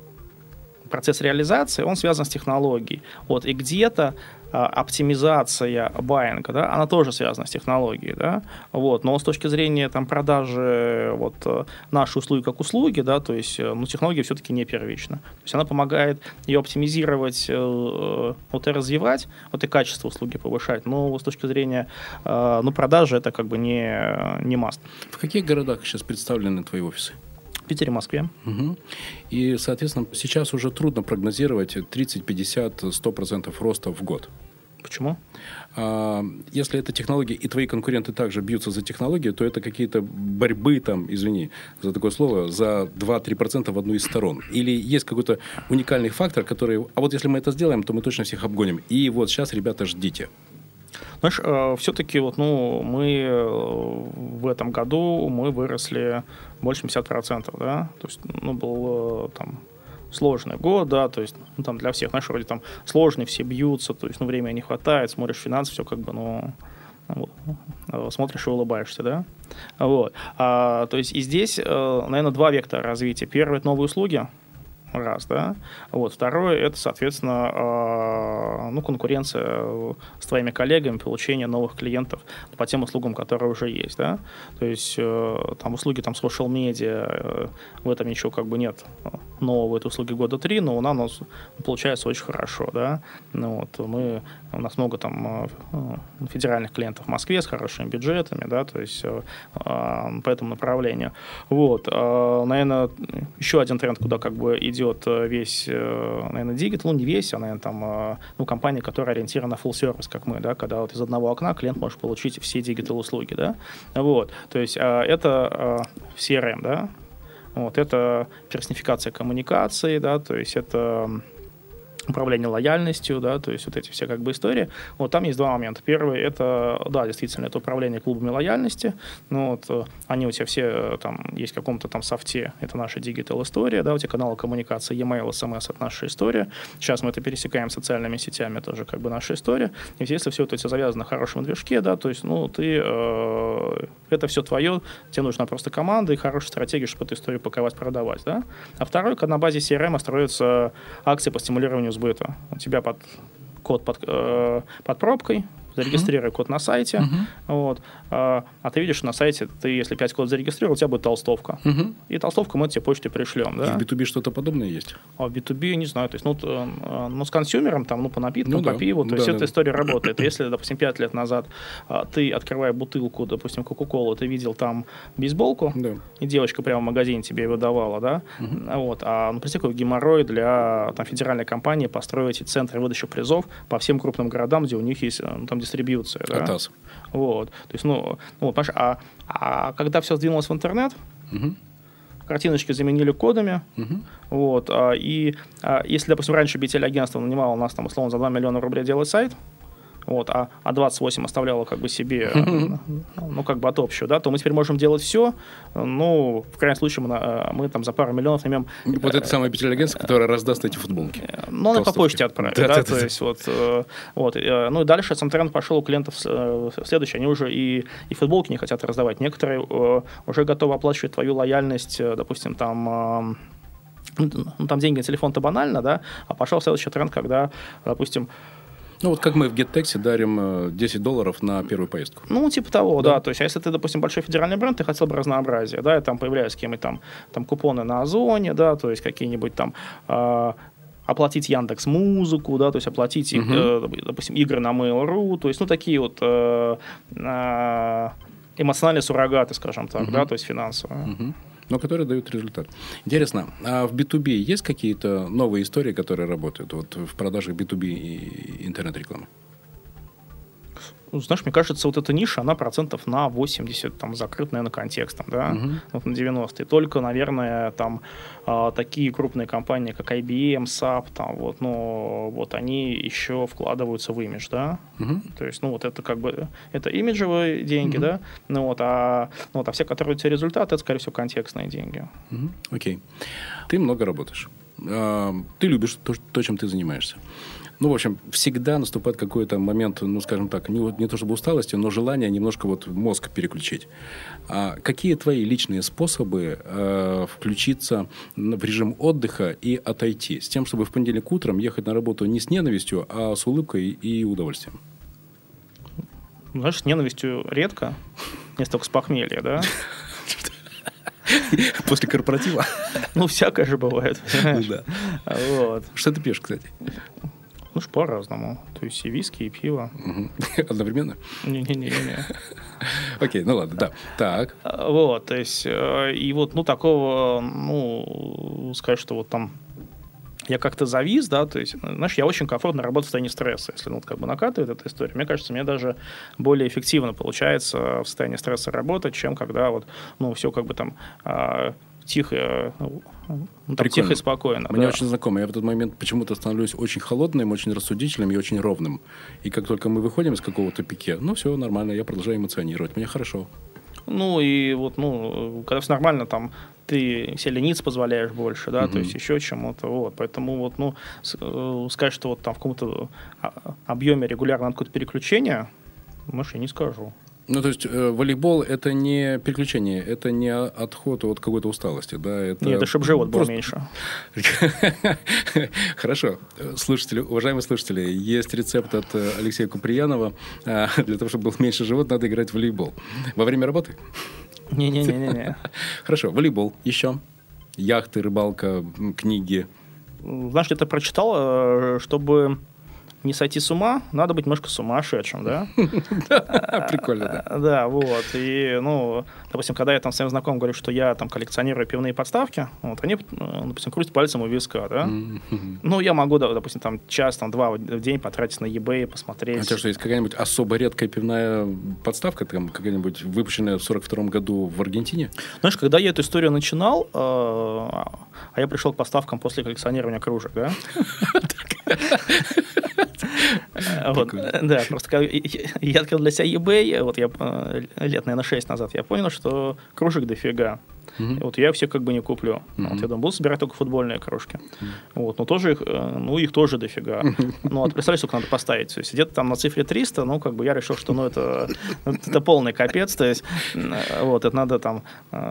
процесс реализации, он связан с технологией, вот, и где-то оптимизация байинга, да, она тоже связана с технологией, да, вот, но с точки зрения там продажи вот нашей услуги как услуги, да, то есть, ну, технология все-таки не первична, то есть она помогает ее оптимизировать, вот, и развивать, вот, и качество услуги повышать, но с точки зрения, ну, продажи это как бы не, не must. В каких городах сейчас представлены твои офисы? В Питере, Москве. Угу. И, соответственно, сейчас уже трудно прогнозировать тридцать, пятьдесят, сто процентов роста в год. Почему? А, если это технологии, и твои конкуренты также бьются за технологии, то это какие-то борьбы, там, извини за такое слово, за два-три процента в одну из сторон. Или есть какой-то уникальный фактор, который... А вот если мы это сделаем, то мы точно всех обгоним. И вот сейчас, ребята, ждите. Знаешь, э, все-таки вот, ну, мы в этом году мы выросли больше пятьдесят процентов, да, то есть, ну, был там сложный год, да, то есть, ну, там для всех, знаешь, вроде там сложный, все бьются, то есть, ну, времени не хватает, смотришь финансы, все как бы, ну, вот, смотришь и улыбаешься, да, вот, а, то есть, и здесь, наверное, два вектора развития. Первый – это новые услуги, раз, да, вот, второе, это, соответственно, э, ну, конкуренция с твоими коллегами, получение новых клиентов по тем услугам, которые уже есть, да, то есть, э, там, услуги, там, social media, э, в этом ничего, как бы, нет нового, это услуги года три, но у нас получается очень хорошо, да, ну, вот, мы, у нас много, там, э, федеральных клиентов в Москве с хорошими бюджетами, да, то есть, э, по этому направлению, вот, э, наверное, еще один тренд, куда, как бы, идет идет весь, наверное, диджитал, ну, не весь, а, наверное, там, ну, компания, которая ориентирована на full service, как мы, да, когда вот из одного окна клиент может получить все диджитал-услуги, да, вот, то есть это си ар эм, да, вот, это персонификация коммуникации, да, то есть это управление лояльностью, да, то есть вот эти все как бы истории. Вот там есть два момента. Первый, это, да, действительно, это управление клубами лояльности. Ну, вот они у тебя все там есть в каком-то там софте, это наша диджитал-история, да, у тебя каналы коммуникации, e-mail, эс эм эс, это наша история. Сейчас мы это пересекаем с социальными сетями, тоже как бы наша история. И если все это у тебя завязано на хорошем движке, да, то есть, ну, ты, э, это все твое, тебе нужна просто команда и хорошая стратегия, чтобы эту историю паковать, продавать, да. А второй, когда на базе си ар эм строятся акции по стимулированию сбыта. У тебя под, код под, э, под пробкой, зарегистрируй uh-huh. код на сайте, uh-huh. вот, а, а ты видишь, на сайте, ты, если пять код зарегистрировал, у тебя будет толстовка. Uh-huh. И толстовку мы тебе почтой пришлем. Да? И в би ту би что-то подобное есть? А в би ту би, не знаю, то есть, ну, ну с консюмером, там, ну, по напиткам, ну, по да. пиву, то да, есть, да. эта история работает. Если, допустим, пять лет назад а, ты, открывая бутылку, допустим, Кока-Колу, ты видел там бейсболку, да. и девочка прямо в магазине тебе выдавала, да, uh-huh. вот, а, ну, представь, какой геморрой для там, федеральной компании построить центры выдачи призов по всем крупным городам, где у них есть, ну, там, дистрибьюция, да. АТАС. Вот. То есть, ну, ну понимаешь, а, а когда все сдвинулось в интернет, угу. картиночки заменили кодами, угу. вот, а, и а, если, допустим, раньше би ти эл-агентство нанимало нас, там, условно, за два миллиона рублей делать сайт, вот, а, а двадцать восемь оставляло как бы себе, ну, как бы от общего, да, то мы теперь можем делать все, ну, в крайнем случае мы, мы там за пару миллионов наймем... Вот это самое би ти эл-агентство, которое раздаст эти футболки. Ну, она по почте отправит, да, да, да, то да. есть вот, вот, ну, и дальше сам тренд пошел у клиентов следующий, они уже и, и футболки не хотят раздавать, некоторые уже готовы оплачивать твою лояльность, допустим, там... Ну, там деньги на телефон-то банально, да, а пошел следующий тренд, когда, допустим, ну, вот как мы в GetTaxi дарим десять долларов на первую поездку. Ну, типа того, да. да. То есть, а если ты, допустим, большой федеральный бренд, ты хотел бы разнообразия, да, и там появляются какие-нибудь там, там купоны на Озоне, да, то есть какие-нибудь там... Э- оплатить Яндекс.Музыку, да, то есть оплатить, uh-huh. э, допустим, игры на Mail.ru, то есть, ну, такие вот э, э, эмоциональные суррогаты, скажем так, uh-huh. да, то есть финансовые. Uh-huh. но которые дают результат. Интересно, а в би ту би есть какие-то новые истории, которые работают вот в продаже би ту би и интернет-рекламы? Ну, знаешь, мне кажется, вот эта ниша, она процентов на восемьдесят там закрыт, наверное, контекстом, да, uh-huh. вот на девяносто. И только, наверное, там а, такие крупные компании, как ай би эм, сап, там, вот, ну, вот они еще вкладываются в имидж, да. Uh-huh. То есть, ну, вот это как бы, это имиджевые деньги, uh-huh. да, ну, вот, а, ну, вот, а все, которые у тебя результаты, это, скорее всего, контекстные деньги. Окей. Uh-huh. Okay. Ты много работаешь. Ты любишь то, то, чем ты занимаешься. Ну, в общем, всегда наступает какой-то момент, ну, скажем так, не, не то чтобы усталости, но желание немножко вот мозг переключить. А какие твои личные способы э, включиться в режим отдыха и отойти? С тем, чтобы в понедельник утром ехать на работу не с ненавистью, а с улыбкой и удовольствием. Знаешь, с ненавистью редко, не столько с похмелья, да? После корпоратива? Ну, всякое же бывает. Да. Что ты пьешь, кстати? Ну, ж по-разному. То есть и виски, и пиво. Угу. Одновременно? Не-не-не. Окей, ну ладно, да. Так. Вот, то есть, и вот, ну, такого, ну, сказать, что вот там я как-то завис, да, то есть, знаешь, я очень комфортно работаю в состоянии стресса. Если, ну, вот, как бы накатывает эта история, мне кажется, мне даже более эффективно получается в состоянии стресса работать, чем когда вот, ну, все как бы там... тихо, ну, там, тихо и спокойно. Мне да. очень знакомо. Я в этот момент почему-то становлюсь очень холодным, очень рассудительным и очень ровным. И как только мы выходим из какого-то пике, ну, все нормально, я продолжаю эмоционировать. Мне хорошо. Ну, и вот, ну, когда все нормально, там, ты себе лениться позволяешь больше, да, угу. то есть еще чему-то, вот. Поэтому вот, ну, сказать, что вот там в каком-то объеме регулярно надо какое-то переключение, может, я не скажу. Ну, то есть, э, волейбол – это не переключение, это не отход от какой-то усталости, да? Это... Нет, это чтобы живот был просто... меньше. Хорошо. Слушатели, уважаемые слушатели, есть рецепт от Алексея Куприянова. Для того, чтобы был меньше живот, надо играть в волейбол. Во время работы? Не-не-не-не. Хорошо. Волейбол. Еще? Яхты, рыбалка, книги. Знаешь, я это прочитал, чтобы... не сойти с ума, надо быть немножко сумасшедшим, да? Прикольно, да. Да, вот. И, ну, допустим, когда я там своим знакомым говорю, что я там коллекционирую пивные подставки, вот, они, допустим, крутят пальцем у виска, да? Ну, я могу, допустим, там час, там, два в день потратить на eBay, посмотреть. А у тебя что, есть какая-нибудь особо редкая пивная подставка, там, какая-нибудь выпущенная в сорок втором году в Аргентине? Знаешь, когда я эту историю начинал, а я пришел к подставкам после коллекционирования кружек, да? Вот, да, просто я открыл для себя eBay, вот я лет, наверное, шесть назад, я понял, что кружек дофига. Mm-hmm. Вот я все как бы не куплю. Mm-hmm. Вот, я думаю, буду собирать только футбольные кружки. Mm-hmm. Вот, но тоже их, ну, их тоже дофига. Mm-hmm. Ну, вот представляешь, сколько надо поставить. То есть где-то там на цифре триста, ну, как бы я решил, что, ну, это, это полный капец. То есть, вот, это надо там...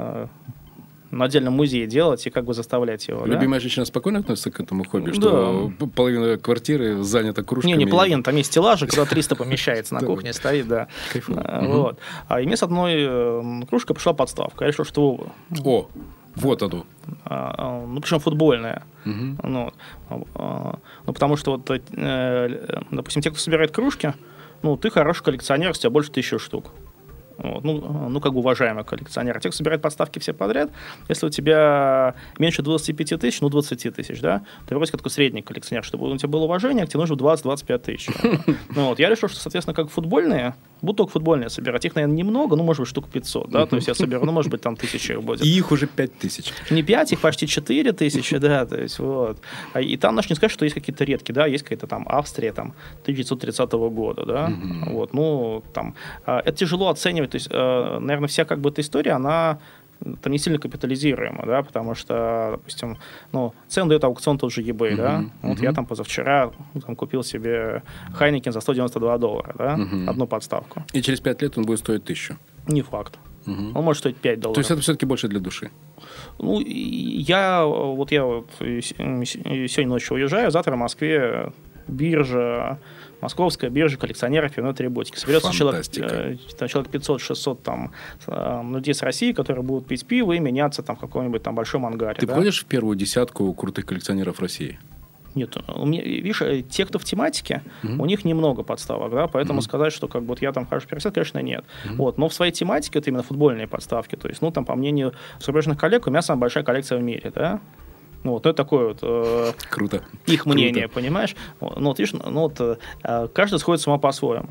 на отдельном музее делать и как бы заставлять его. Любимая да? женщина спокойно относится к этому хобби, что да. половина квартиры занята кружками? Не, не половина, там есть стеллажик, куда триста помещается, на кухне стоит, да. Вот. А и мне с одной кружкой пришла подставка. Я решил, что... О, вот оно. Ну, причем футбольная. Ну, потому что, вот, допустим, те, кто собирает кружки, ну, ты хороший коллекционер, у тебя больше тысячи штук. Вот, ну, ну, как бы уважаемый коллекционер. А те, кто собирает подставки все подряд, если у тебя меньше двадцати пяти тысяч, ну, двадцати тысяч, да, ты вроде как такой средний коллекционер, чтобы у тебя было уважение, тебе нужно двадцать-двадцать пять тысяч. Вот, я решил, что, соответственно, как футбольные, буду только футбольные собирать. Их, наверное, немного, ну, может быть, штук пятьсот, да, то есть я соберу, ну, может быть, там тысяча их будет. И их уже пять тысяч. Не пять, их почти четыре тысячи, да, то есть вот. И там, наш не сказать, что есть какие-то редкие, да, есть какая-то там Австрия, там, тысяча девятьсот тридцатого года, да, вот, ну, там, это тяжело оценивать. То есть, наверное, вся как бы эта история, она там не сильно капитализируема, да, потому что, допустим, ну, цену дает аукцион тот же eBay, uh-huh, да, вот uh-huh. я там позавчера там, купил себе Хайнекен за сто девяносто два доллара, да, uh-huh. одну подставку. И через пять лет он будет стоить тысячу? Не факт. Uh-huh. Он может стоить пять долларов. То есть это все-таки больше для души? Ну, я вот я вот сегодня ночью уезжаю, завтра в Москве биржа, Московская биржа коллекционеров пивной атрибутики. Соберется человек, человек пятьсот-шестьсот там, людей с России, которые будут пить пиво и меняться там, в каком-нибудь там большом ангаре. Ты да? входишь в первую десятку крутых коллекционеров России? Нет, у меня, видишь, те, кто в тематике, Mm-hmm. у них немного подставок, да, поэтому mm-hmm. сказать, что как бы вот я там хороший специалист, конечно, нет. Mm-hmm. Вот, но в своей тематике это именно футбольные подставки, то есть, ну, там, по мнению зарубежных коллег, у меня самая большая коллекция в мире, да. Ну, вот, ну, это такое вот э, Круто. их мнение, Круто. Понимаешь? Ну, вот, видишь, ну, вот, э, каждый сходит с ума по-своему.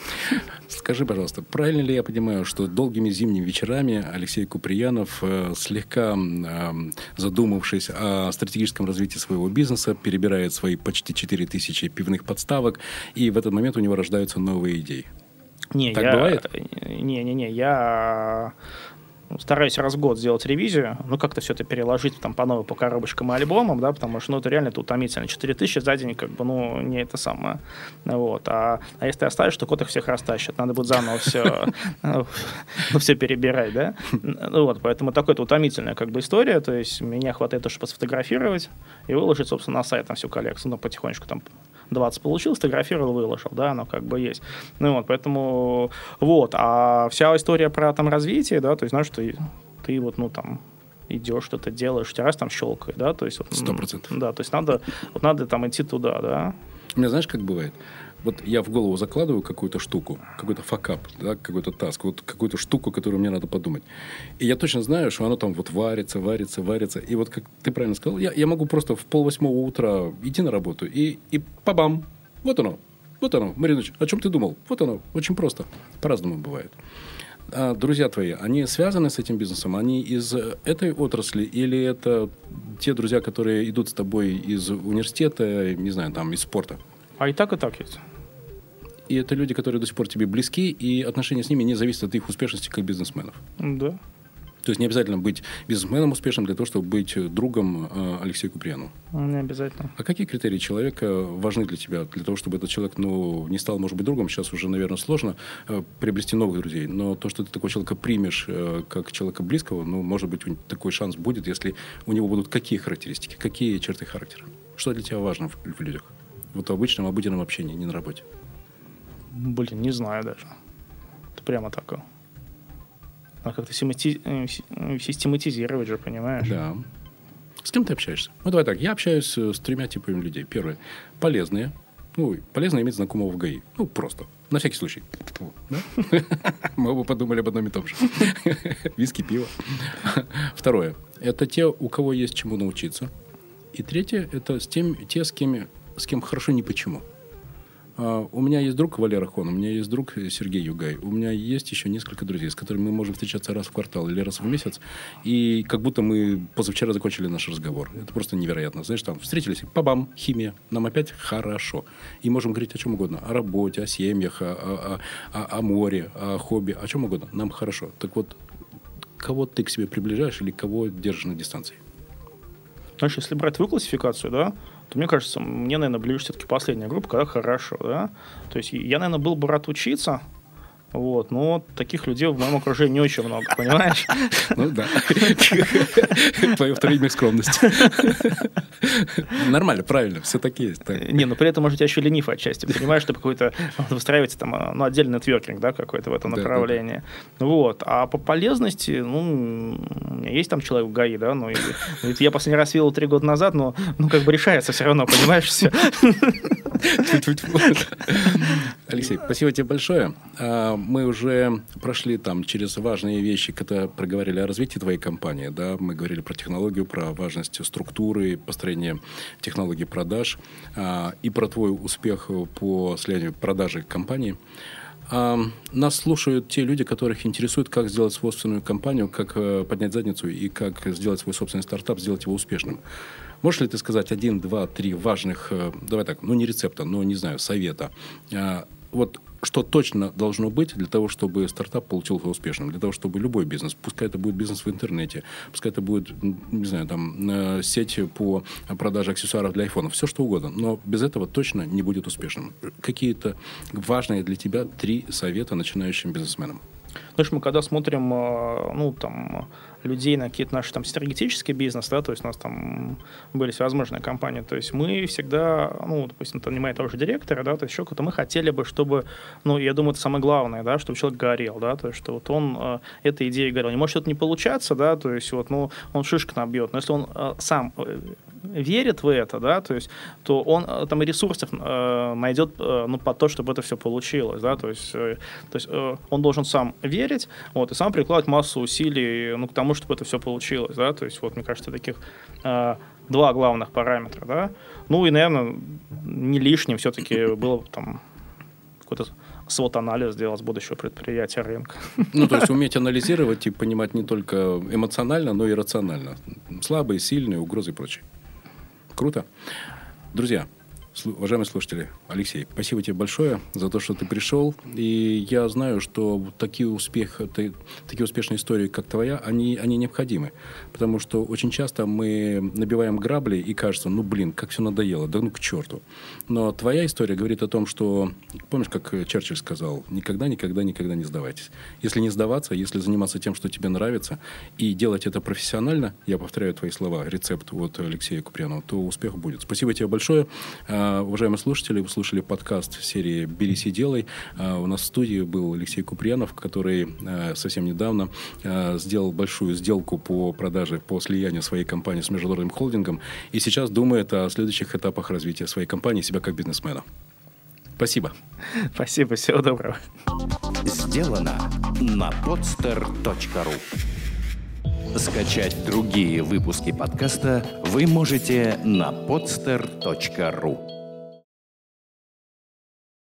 Скажи, пожалуйста, правильно ли я понимаю, что долгими зимними вечерами Алексей Куприянов, э, слегка э, задумавшись о стратегическом развитии своего бизнеса, перебирает свои почти четыре тысячи пивных подставок, и в этот момент у него рождаются новые идеи? Не, так я, бывает? Не-не-не, я... стараюсь раз в год сделать ревизию, ну, как-то все это переложить там по новой, по коробочкам и альбомам, да, потому что, ну, это реально это утомительно. четыре тысячи за день, как бы, ну, не это самое. Вот. А, а если ты оставишь, то кот их всех растащит. Надо будет заново все, ну, все перебирать, да. Вот, поэтому такая-то утомительная, как бы, история. То есть меня хватает то, чтобы сфотографировать и выложить, собственно, на сайт там всю коллекцию. Ну, потихонечку там двадцать получил, сфотографировал, выложил, да, оно как бы есть. Ну, вот, поэтому, вот. А вся история про там развитие, да, то есть, знаешь, что ты, ты вот, ну, там, идешь, что-то делаешь, у тебя раз там щелкает, да, то есть... Сто процентов. Да, то есть надо, вот надо там идти туда, да. У меня, знаешь, как бывает? Вот я в голову закладываю какую-то штуку, какой-то факап, да, какой-то таск, вот какую-то штуку, которую мне надо подумать. И я точно знаю, что оно там вот варится, варится, варится. И вот, как ты правильно сказал, я, я могу просто в полвосьмого утра идти на работу и, и па-бам, вот оно, вот оно. Маринович, о чем ты думал? Вот оно, очень просто. По-разному бывает. А друзья твои, они связаны с этим бизнесом? Они из этой отрасли? Или это те друзья, которые идут с тобой из университета, не знаю, там, из спорта? А и так, и так есть. И это люди, которые до сих пор тебе близки, и отношения с ними не зависят от их успешности как бизнесменов. Да. То есть не обязательно быть бизнесменом успешным для того, чтобы быть другом э, Алексею Куприянову. Не обязательно. А какие критерии человека важны для тебя? Для того, чтобы этот человек, ну, не стал, может быть, другом, сейчас уже, наверное, сложно э, приобрести новых друзей. Но то, что ты такого человека примешь э, как человека близкого, ну, может быть, такой шанс будет, если у него будут какие характеристики, какие черты характера? Что для тебя важно в, в людях? Вот в обычном, обыденном общении, не на работе. Блин, не знаю даже. Это прямо такое. А как-то систематизировать же, понимаешь? Да. С кем ты общаешься? Ну, давай так. Я общаюсь с тремя типами людей. Первое. Полезные. Ну, полезно иметь знакомого в ГАИ. Ну, просто. На всякий случай. Да? Мы оба подумали об одном и том же. Виски, пиво. Второе. Это те, у кого есть чему научиться. И третье. Это с тем, те, с кем, с кем хорошо ни почему. Uh, у меня есть друг Валера Хон, у меня есть друг Сергей Югай, у меня есть еще несколько друзей, с которыми мы можем встречаться раз в квартал или раз в месяц, и как будто мы позавчера закончили наш разговор. Это просто невероятно. Знаешь, там встретились, па-бам, химия, нам опять хорошо. И можем говорить о чем угодно. О работе, о семьях, о, о, о, о море, о хобби, о чем угодно. Нам хорошо. Так вот, кого ты к себе приближаешь или кого держишь на дистанции? Знаешь, если брать твою классификацию, да, то, мне кажется, мне, наверное, ближе все-таки последняя группа, когда хорошо, да. То есть я, наверное, был бы рад учиться, вот, но таких людей в моем окружении не очень много, понимаешь? Ну, да. Твое второе имя — скромность. Нормально, правильно, все так есть. Не, но при этом, может, я еще ленив отчасти, понимаешь, что какой-то выстраивается там, ну, отдельный нетворкинг, да, какой-то в этом направлении. Вот. А по полезности, ну, у меня есть там человек в ГАИ, да, ну, я последний раз видел три года назад, но, ну, как бы решается все равно, понимаешь, все. Алексей, спасибо тебе большое. Мы уже прошли там через важные вещи, когда проговорили о развитии твоей компании, да, мы говорили про технологию, про важность структуры, построения технологий продаж и про твой успех по следованию продажи компании. Нас слушают те люди, которых интересует, как сделать собственную компанию, как поднять задницу и как сделать свой собственный стартап, сделать его успешным. Можешь ли ты сказать один, два, три важных, давай так, ну не рецепта, но, не знаю, совета, вот что точно должно быть для того, чтобы стартап получился успешным, для того, чтобы любой бизнес, пускай это будет бизнес в интернете, пускай это будет, не знаю, там, сеть по продаже аксессуаров для айфонов, все что угодно, но без этого точно не будет успешным. Какие-то важные для тебя три совета начинающим бизнесменам? Знаешь, мы когда смотрим, ну, там, людей на какие-то наши там стратегические бизнес, да, то есть у нас там были всевозможные компании, то есть мы всегда, ну, допустим, это нанимает того же директора, да, то есть еще кто-то, мы хотели бы, чтобы, ну, я думаю, это самое главное, да, чтобы человек горел, да, то есть что вот он э, этой идеей горел. Не может что-то не получаться, да, то есть вот, ну, он шишку набьет, но если он э, сам э, верит в это, да, то есть, то он э, там и ресурсов э, найдет, э, ну, под то, чтобы это все получилось, да, то есть, э, то есть э, он должен сам верить, вот, и сам прикладывать массу усилий, ну, к тому, чтобы это все получилось, да, то есть, вот, мне кажется, таких э, два главных параметра, да, ну, и, наверное, не лишним все-таки было там какой-то свод-анализ сделать с будущего предприятия рынка. Ну, то есть уметь анализировать и понимать не только эмоционально, но и рационально. Слабые, сильные, угрозы и прочее. Круто. Друзья, уважаемые слушатели, Алексей, спасибо тебе большое за то, что ты пришел. И я знаю, что такие успехи, такие успешные истории, как твоя, они, они необходимы. Потому что очень часто мы набиваем грабли и кажется, ну, блин, как все надоело, да ну к черту. Но твоя история говорит о том, что, помнишь, как Черчилль сказал, никогда, никогда, никогда не сдавайтесь. Если не сдаваться, если заниматься тем, что тебе нравится, и делать это профессионально, я повторяю твои слова, рецепт от Алексея Куприянова, то успех будет. Спасибо тебе большое. Уважаемые слушатели, вы слушали подкаст серии «Берись и делай». У нас в студии был Алексей Куприянов, который совсем недавно сделал большую сделку по продаже, по слиянию своей компании с международным холдингом и сейчас думает о следующих этапах развития своей компании и себя как бизнесмена. Спасибо. Спасибо, всего доброго. Сделано на podster точка ru. Скачать другие выпуски подкаста вы можете на podster точка ru.